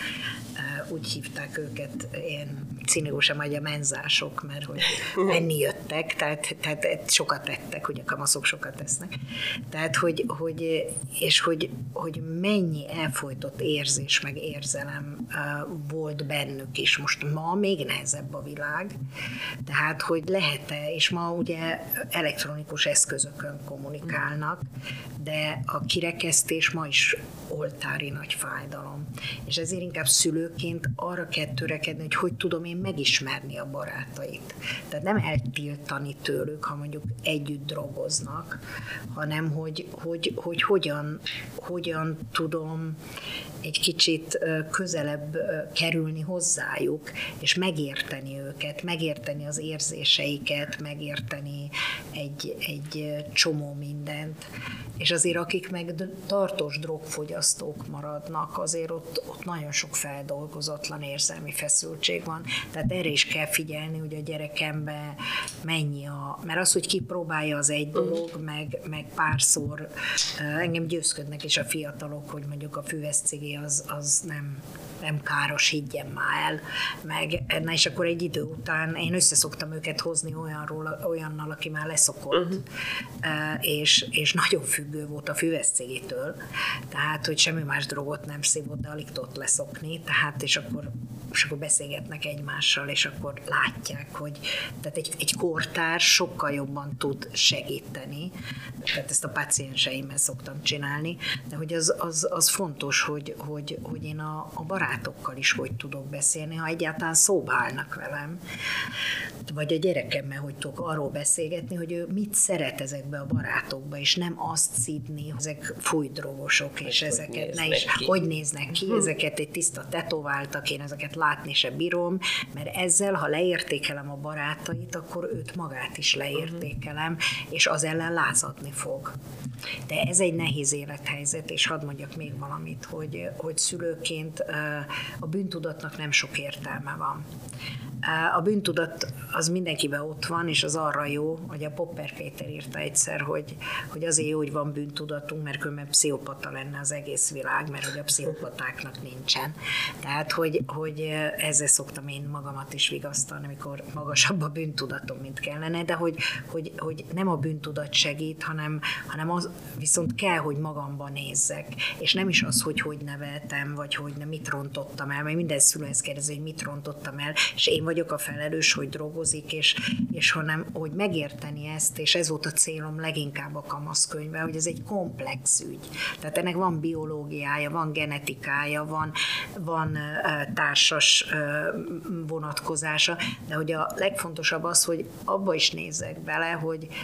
úgy hívták őket, ilyen cinikusan vagy a menzások, mert hogy enni jöttek, tehát, tehát sokat tettek, ugye a kamaszok sokat tesznek. Tehát, hogy, hogy és hogy, hogy mennyi elfojtott érzés, meg érzelem volt bennük is. Most ma még nehezebb a világ, tehát, hogy lehet-e, és ma ugye elektronikus elektronikus eszközökön kommunikálnak, de a kirekesztés ma is oltári nagy fájdalom. És ezért inkább szülőként arra kell törekedni, hogy hogy tudom én megismerni a barátait. Tehát nem eltiltani tőlük, ha mondjuk együtt drogoznak, hanem hogy, hogy, hogy hogyan, hogyan tudom egy kicsit közelebb kerülni hozzájuk, és megérteni őket, megérteni az érzéseiket, megérteni egy, egy csomó mindent. És azért akik meg tartós drogfogyasztók maradnak, azért ott, ott nagyon sok feldolgozatlan érzelmi feszültség van. Tehát erre is kell figyelni, hogy a gyerekemben mennyi a... Mert az, hogy kipróbálja, az egy dolog, meg, meg párszor engem győzködnek is a fiatalok, hogy mondjuk a füveszcigi az, az nem, nem káros, higgyem már el. Meg, na és akkor egy idő után én összeszoktam őket hozni olyanról, olyannal, aki már leszokott, uh-huh. és, és nagyon függő volt a füveszcigitől, tehát, hogy semmi más drogot nem szívott, de alig tudott leszokni, tehát, és akkor, és akkor beszélgetnek egymással, és akkor látják, hogy tehát egy, egy kortárs sokkal jobban tud segíteni, tehát ezt a pácienseimmel szoktam csinálni, de hogy az, az, az fontos, hogy, hogy, hogy én a, a barátokkal is hogy tudok beszélni, ha egyáltalán szóba állnak velem, vagy a gyerekemmel, hogy tudok arról beszélgetni, hogy ő mit szeret ezekbe a barátokba, és nem azt szidni, hogy ezek fújdrogosok, és hogy ezeket ne is, ki. hogy néznek ki, ezeket egy tiszta tetováltak, én ezeket látni se bírom, mert ezzel, ha leértékelem a barátait, akkor őt magát is leértékelem, és az ellen lázadni fog. De ez egy nehéz élethelyzet, és hadd mondjak még valamit, hogy, hogy szülőként a bűntudatnak nem sok értelme van. A bűntudat az mindenkiben ott van, és az arra jó, hogy a Popper Péter írta egyszer, hogy, hogy azért jó, hogy van bűntudatunk, mert különben pszichopata lenne az egész világ, mert hogy a pszichopatáknak nincsen. Tehát, hogy, hogy ezzel szoktam én magamat is vigasztalni, amikor magasabb a bűntudatom, mint kellene, de hogy, hogy, hogy nem a bűntudat segít, hanem, hanem az viszont kell, hogy magamban nézzek. És nem is az, hogy hogy neveltem, vagy hogy nem, mit rontottam el, mert minden szülő ezt kérdezi, hogy mit rontottam el, és én vagyok a felelős, hogy drogozik, és, és hanem, hogy megérteni ezt, és ez volt a célom leginkább a kamaszkönyvben, hogy ez egy komplex ügy. Tehát ennek van biológiája, van genetikája, van, van uh, társas uh, vonatkozása, de hogy a legfontosabb az, hogy abba is nézzek bele, hogy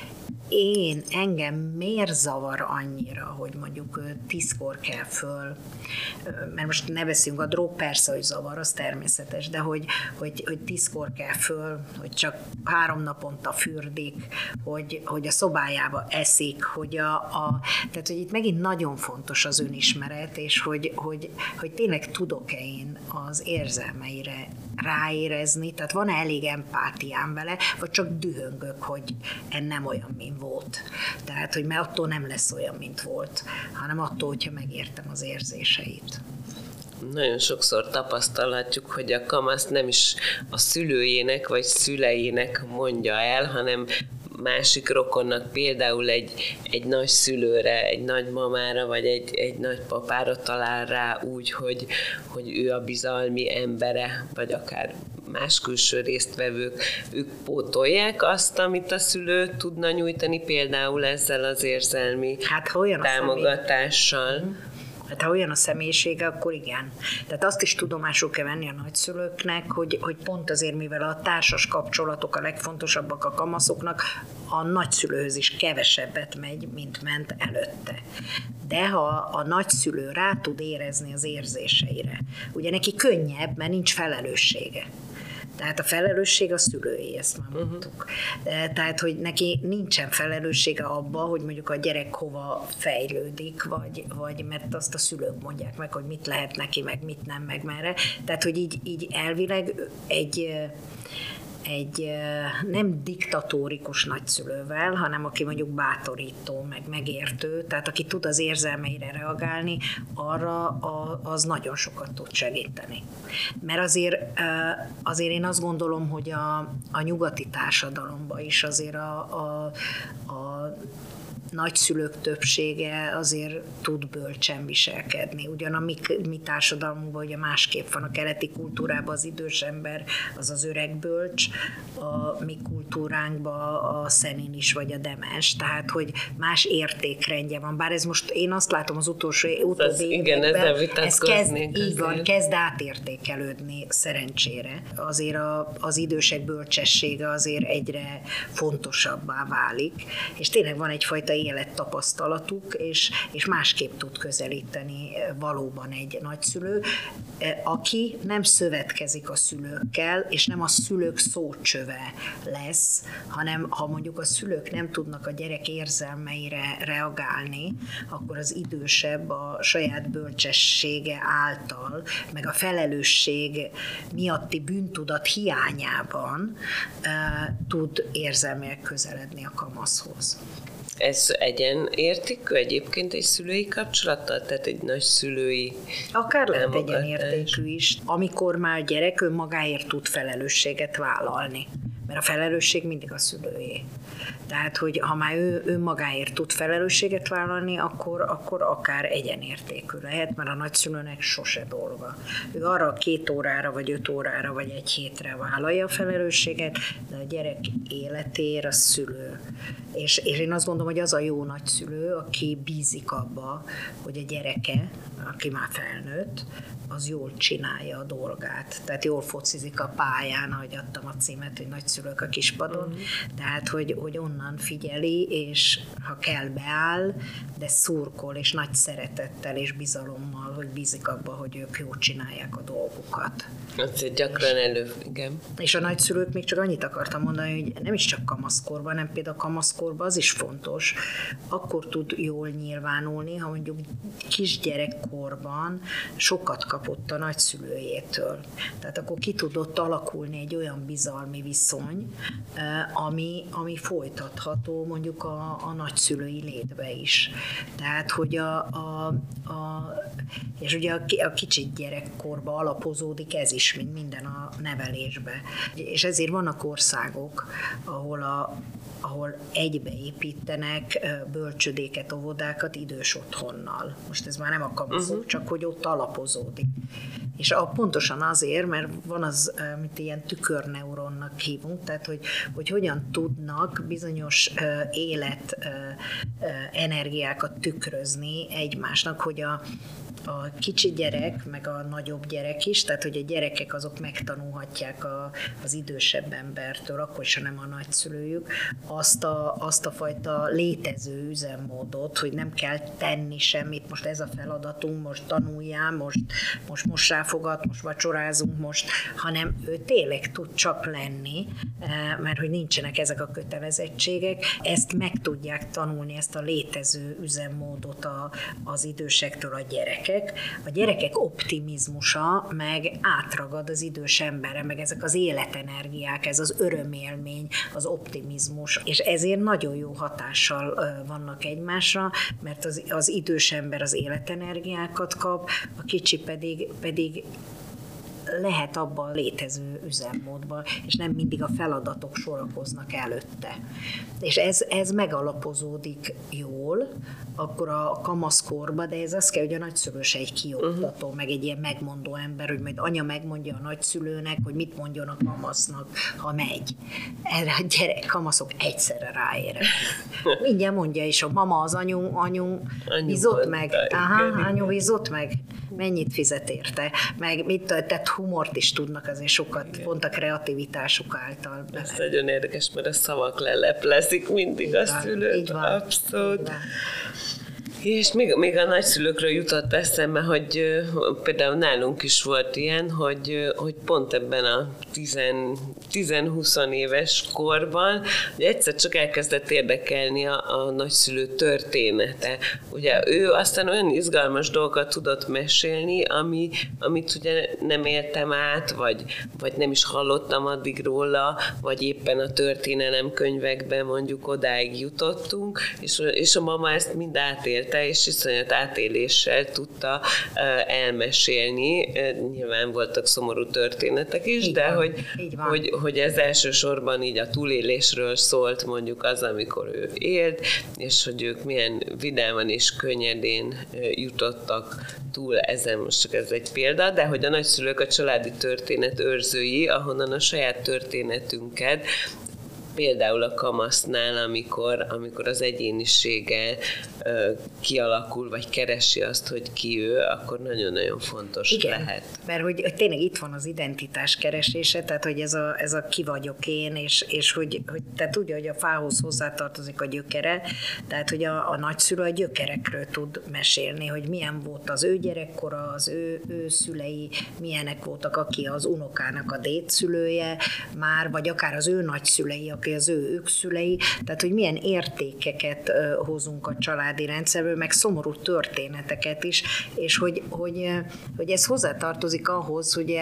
én engem miért zavar annyira, hogy mondjuk tízkor kell föl, mert most ne beszélünk, a drog persze, hogy zavar, az természetes, de hogy, hogy, hogy tízkor kell föl, hogy csak három naponta fürdik, hogy, hogy a szobájába eszik, hogy a, a tehát, hogy itt megint nagyon fontos az önismeret, és hogy, hogy, hogy tényleg tudok-e én az érzelmeire ráérezni, tehát van-e elég empátiám vele, vagy csak dühöngök, hogy en nem olyan, mint volt. Tehát, hogy mert attól nem lesz olyan, mint volt, hanem attól, hogyha megértem az érzéseit. Nagyon sokszor tapasztalhatjuk, hogy a kamasz nem is a szülőjének vagy szüleinek mondja el, hanem másik rokonnak, például egy, egy nagyszülőre, egy nagymamára, vagy egy, egy nagypapára talál rá úgy, hogy, hogy ő a bizalmi embere, vagy akár más külső résztvevők, ők pótolják azt, amit a szülő tudna nyújtani, például ezzel az érzelmi hát, olyan támogatással. Hát ha olyan a személyisége, akkor igen. Tehát azt is tudomásul kell venni a nagyszülőknek, hogy, hogy pont azért, mivel a társas kapcsolatok a legfontosabbak a kamaszoknak, a nagyszülőhöz is kevesebbet megy, mint ment előtte. De ha a nagyszülő rá tud érezni az érzéseire, ugye neki könnyebb, mert nincs felelőssége. Tehát a felelősség a szülői, ezt már mondtuk. Uh-huh. Tehát, hogy neki nincsen felelőssége abba, hogy mondjuk a gyerek hova fejlődik, vagy, vagy mert azt a szülők mondják meg, hogy mit lehet neki, meg mit nem, meg merre. Tehát, hogy így, így elvileg egy... egy nem diktatórikus nagyszülővel, hanem aki mondjuk bátorító, meg megértő, tehát aki tud az érzelmeire reagálni, arra az nagyon sokat tud segíteni. Mert azért, azért én azt gondolom, hogy a, a nyugati társadalomban is azért a, a, a nagyszülők többsége azért tud bölcsen viselkedni. Ugyan a mi, mi társadalmunkban ugye másképp van, a keleti kultúrában az idős ember, az az öreg bölcs, a mi kultúránkban a szenilis vagy a demens, tehát hogy más értékrendje van. Bár ez most én azt látom az utolsó utóbbi években, ez kezd, így van, kezd átértékelődni szerencsére. Azért a, az idősek bölcsessége azért egyre fontosabbá válik, és tényleg van egyfajta élettapasztalatuk, és, és másképp tud közelíteni valóban egy nagyszülő, aki nem szövetkezik a szülőkkel, és nem a szülők szócsöve lesz, hanem ha mondjuk a szülők nem tudnak a gyerek érzelmeire reagálni, akkor az idősebb a saját bölcsessége által, meg a felelősség miatti bűntudat hiányában uh, tud érzelmileg közeledni a kamaszhoz. Ez egyenértékű egyébként egy szülői kapcsolattal? Tehát egy nagyszülői akár lehet egyenértékű is, amikor már gyerek önmagáért tud felelősséget vállalni. Mert a felelősség mindig a szülőjé. Tehát, hogy ha már ő önmagáért tud felelősséget vállalni, akkor, akkor akár egyenértékű lehet, mert a nagyszülőnek sose dolga. Ő arra két órára, vagy öt órára, vagy egy hétre vállalja a felelősséget, de a gyerek életéért a szülő. És, és én azt gondolom, hogy az a jó nagyszülő, aki bízik abba, hogy a gyereke, aki már felnőtt, az jól csinálja a dolgát. Tehát jól focizik a pályán, ahogy adtam a címet, hogy nagyszülők a kispadon. Mm. Tehát, hogy, hogy onnan figyeli, és ha kell, beáll, de szurkol, és nagy szeretettel és bizalommal, hogy bízik abba, hogy ők jól csinálják a dolgukat. Azért gyakran elő, igen. És a nagyszülők még csak annyit akartam mondani, hogy nem is csak kamaszkorban, nem például kamaszkorban, az is fontos, akkor tud jól nyilvánulni, ha mondjuk kisgyerekkorban sokat kapott a nagyszülőjétől. Tehát akkor ki tudott alakulni egy olyan bizalmi viszony, ami, ami folytatható mondjuk a, a nagyszülői létbe is. Tehát, hogy a, a, a és ugye a, a kicsit gyerekkorba alapozódik ez is, mint minden a nevelésbe. És ezért vannak országok, ahol a ahol egybeépítenek bölcsödéket, óvodákat idős otthonnal. Most ez már nem a kamaszok, uh-huh. csak hogy ott alapozódik. És a, pontosan azért, mert van az, mint ilyen tükörneuronnak hívunk, tehát hogy, hogy hogyan tudnak bizonyos élet energiákat tükrözni egymásnak, hogy a a kicsi gyerek, meg a nagyobb gyerek is, tehát hogy a gyerekek azok megtanulhatják a, az idősebb embertől, akkor is, ha nem a nagyszülőjük, azt a, azt a fajta létező üzemmódot, hogy nem kell tenni semmit, most ez a feladatunk, most tanuljál, most, most most ráfogat, most vacsorázunk, most, hanem ő tényleg tud csak lenni, mert hogy nincsenek ezek a kötelezettségek, ezt meg tudják tanulni, ezt a létező üzemmódot a, az idősektől a gyerekek. A gyerekek optimizmusa meg átragad az idős emberre, meg ezek az életenergiák, ez az örömélmény, az optimizmus, és ezért nagyon jó hatással vannak egymásra, mert az, az idős ember az életenergiákat kap, a kicsi pedig, pedig lehet abban a létező üzemmódban, és nem mindig a feladatok sorakoznak előtte. És ez, ez megalapozódik jól, akkor a kamaszkorban, de ez azt kell, hogy a nagyszülő se egy kioktató, uh-huh. meg egy ilyen megmondó ember, hogy majd anya megmondja a nagyszülőnek, hogy mit mondjon a kamasznak, ha megy. Erre a gyerek, kamaszok egyszerre ráérnek. Mindjárt mondja is, a mama az anyu, anyu, anyu bizott meg, aha, anyu bizott meg, mennyit fizet érte, meg mit, tehát humort is tudnak azért sokat, igen. Pont a kreativitásuk által. Ez nagyon érdekes, mert a szavak leleplezik mindig a szülőt. Abszolút. És még, még a nagyszülőkről jutott eszembe, hogy például nálunk is volt ilyen, hogy, hogy pont ebben a tíz-húsz éves korban, hogy egyszer csak elkezdett érdekelni a, a nagyszülő története. Ugye ő aztán olyan izgalmas dolgokat tudott mesélni, ami, amit ugye nem éltem át, vagy, vagy nem is hallottam addig róla, vagy éppen a történelemkönyvekben mondjuk odáig jutottunk, és, és a mama ezt mind átélte, és iszonyat átéléssel tudta uh, elmesélni. Uh, nyilván voltak szomorú történetek is, így de van, hogy, hogy, hogy ez elsősorban így a túlélésről szólt mondjuk az, amikor ő élt, és hogy ők milyen vidáman és könnyedén uh, jutottak túl ezen, most csak ez egy példa, de hogy a nagyszülők a családi történet őrzői, ahonnan a saját történetünket például a kamasznál, amikor, amikor az egyénisége ö, kialakul, vagy keresi azt, hogy ki ő, akkor nagyon-nagyon fontos igen, lehet. Mert hogy, hogy tényleg itt van az identitás keresése, tehát hogy ez a, ez a ki vagyok én, és, és hogy, hogy tehát tudja, hogy a fához hozzátartozik a gyökere, tehát hogy a, a nagyszülő a gyökerekről tud mesélni, hogy milyen volt az ő gyerekkora, az ő, ő szülei, milyenek voltak, aki az unokának a dédszülője már, vagy akár az ő nagyszülei, aki az ő ők szülei, tehát hogy milyen értékeket hozunk a családi rendszerből, meg szomorú történeteket is, és hogy, hogy, hogy ez hozzátartozik ahhoz, hogy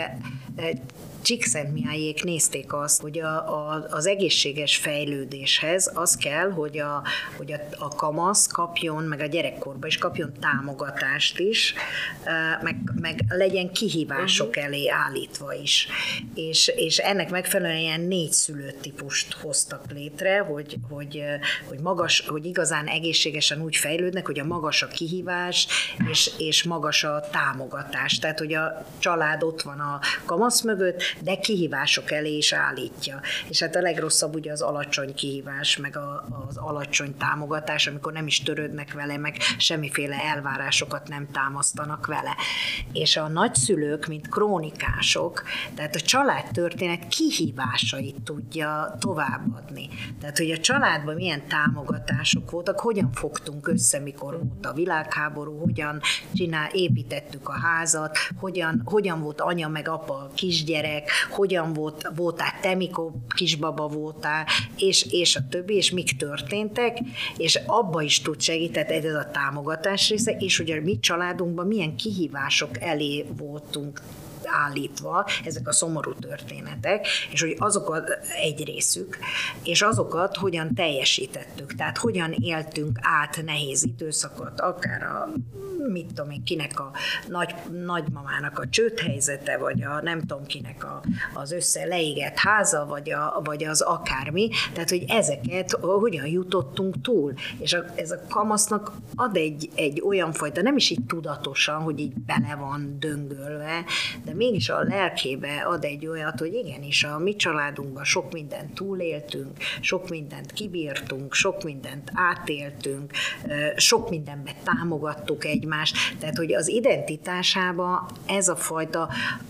Csíkszentmihalyiék nézték azt, hogy a, a, az egészséges fejlődéshez az kell, hogy a, hogy a, a kamasz kapjon, meg a gyerekkorban is kapjon támogatást is, meg, meg legyen kihívások elé állítva is. És, és ennek megfelelően ilyen négy szülőtípust hoztak létre, hogy, hogy, hogy, magas, hogy igazán egészségesen úgy fejlődnek, hogy a magas a kihívás, és, és magas a támogatás. Tehát, hogy a család ott van a kamasz mögött, de kihívások elé is állítja. És hát a legrosszabb ugye az alacsony kihívás, meg a, az alacsony támogatás, amikor nem is törődnek vele, meg semmiféle elvárásokat nem támasztanak vele. És a nagyszülők, mint krónikások, tehát a családtörténet kihívásait tudja továbbadni. Tehát, hogy a családban milyen támogatások voltak, hogyan fogtunk össze, mikor volt a világháború, hogyan csinál, építettük a házat, hogyan, hogyan volt anya meg apa kisgyerek, hogyan volt, voltál te, mikor kisbaba voltál, és, és a többi, és mik történtek, és abba is tud segíteni, ez a támogatás része, és hogy a mi családunkban milyen kihívások elé voltunk állítva, ezek a szomorú történetek, és hogy azokat egy részük, és azokat hogyan teljesítettük, tehát hogyan éltünk át nehéz időszakot, akár a mit tudom én, kinek a nagy, nagymamának a csődhelyzete, vagy a nem tudom kinek a, az össze leégett háza, vagy, a, vagy az akármi, tehát hogy ezeket hogyan jutottunk túl, és a, ez a kamasznak ad egy, egy olyan fajta, nem is így tudatosan, hogy így bele van döngölve, de mégis a lelkébe ad egy olyat, hogy igenis a mi családunkban sok mindent túléltünk, sok mindent kibírtunk, sok mindent átéltünk, sok mindenben támogattuk egymást, tehát hogy az identitásába ez a fajta,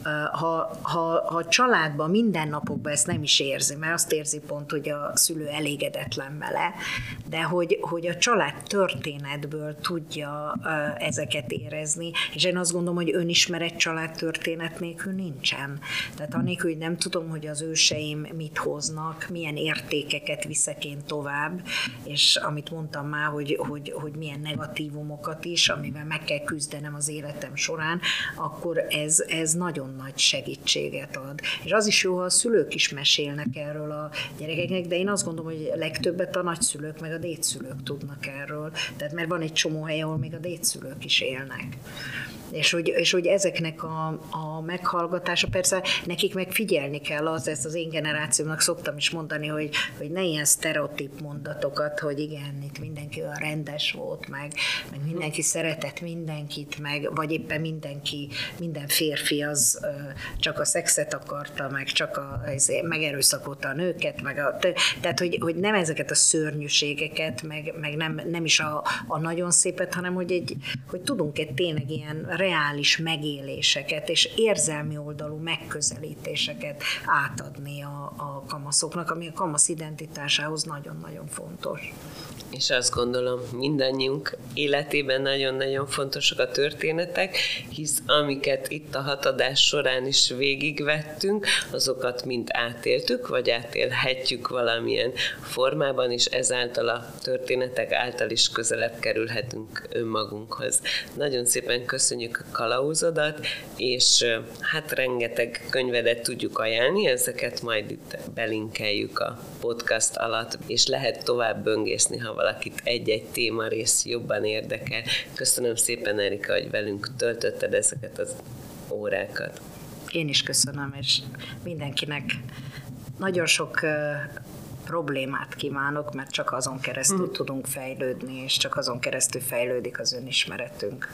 ha, ha, ha a családban mindennapokban ezt nem is érzi, mert azt érzi pont, hogy a szülő elégedetlen vele, de hogy, hogy a család történetből tudja ezeket érezni, és én azt gondolom, hogy önismeret családtörténet nélkül nincsen. Tehát anélkül, hogy nem tudom, hogy az őseim mit hoznak, milyen értékeket viszek én tovább, és amit mondtam már, hogy, hogy, hogy milyen negatívumokat is, amivel meg kell küzdenem az életem során, akkor ez, ez nagyon nagy segítséget ad. És az is jó, ha a szülők is mesélnek erről a gyerekeknek, de én azt gondolom, hogy legtöbbet a nagyszülők meg a dédszülők tudnak erről. Tehát mert van egy csomó hely, ahol még a dédszülők is élnek. És hogy, és hogy ezeknek a, a meghallgatása, persze nekik meg figyelni kell, az, ezt az én generációmnak szoktam is mondani, hogy, hogy ne ilyen sztereotíp mondatokat, hogy igen, itt mindenki olyan rendes volt, meg, meg mindenki szeretett mindenkit, meg, vagy éppen mindenki, minden férfi az csak a szexet akarta, meg csak a, megerőszakolta a nőket, meg a, tehát hogy, hogy nem ezeket a szörnyűségeket, meg, meg nem, nem is a, a nagyon szépet, hanem hogy, egy, hogy tudunk egy tényleg ilyen reális megéléseket és érzelmi oldalú megközelítéseket átadni a, a kamaszoknak, ami a kamasz identitásához nagyon-nagyon fontos. És azt gondolom, mindannyiunk életében nagyon-nagyon fontosak a történetek, hisz amiket itt a hatadás során is végigvettünk, azokat mind átéltük, vagy átélhetjük valamilyen formában, és ezáltal a történetek által is közelebb kerülhetünk önmagunkhoz. Nagyon szépen köszönjük a kalauzodat, és hát rengeteg könyvedet tudjuk ajánlani, ezeket majd itt belinkeljük a podcast alatt, és lehet tovább böngészni, ha valakit egy-egy témarész jobban érdekel. Köszönöm szépen, Erika, hogy velünk töltötted ezeket az órákat. Én is köszönöm, és mindenkinek nagyon sok uh, problémát kívánok, mert csak azon keresztül mm. tudunk fejlődni, és csak azon keresztül fejlődik az önismeretünk.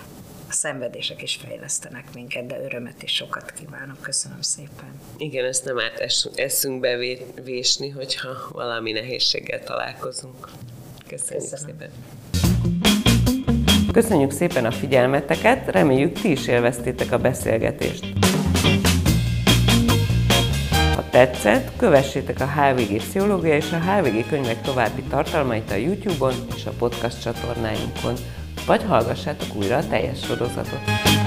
A szenvedések is fejlesztenek minket, de örömet is sokat kívánok. Köszönöm szépen. Igen, ezt nem árt eszünkbe vésni, hogyha valami nehézséggel találkozunk. Köszönjük Köszönöm. szépen. Köszönjük szépen a figyelmeteket, reméljük ti is élveztétek a beszélgetést. Ha tetszett, kövessétek a há vé gé Pszichológia és a há vé gé Könyvek további tartalmait a YouTube-on és a podcast csatornáinkon, vagy hallgassátok újra a teljes sorozatot.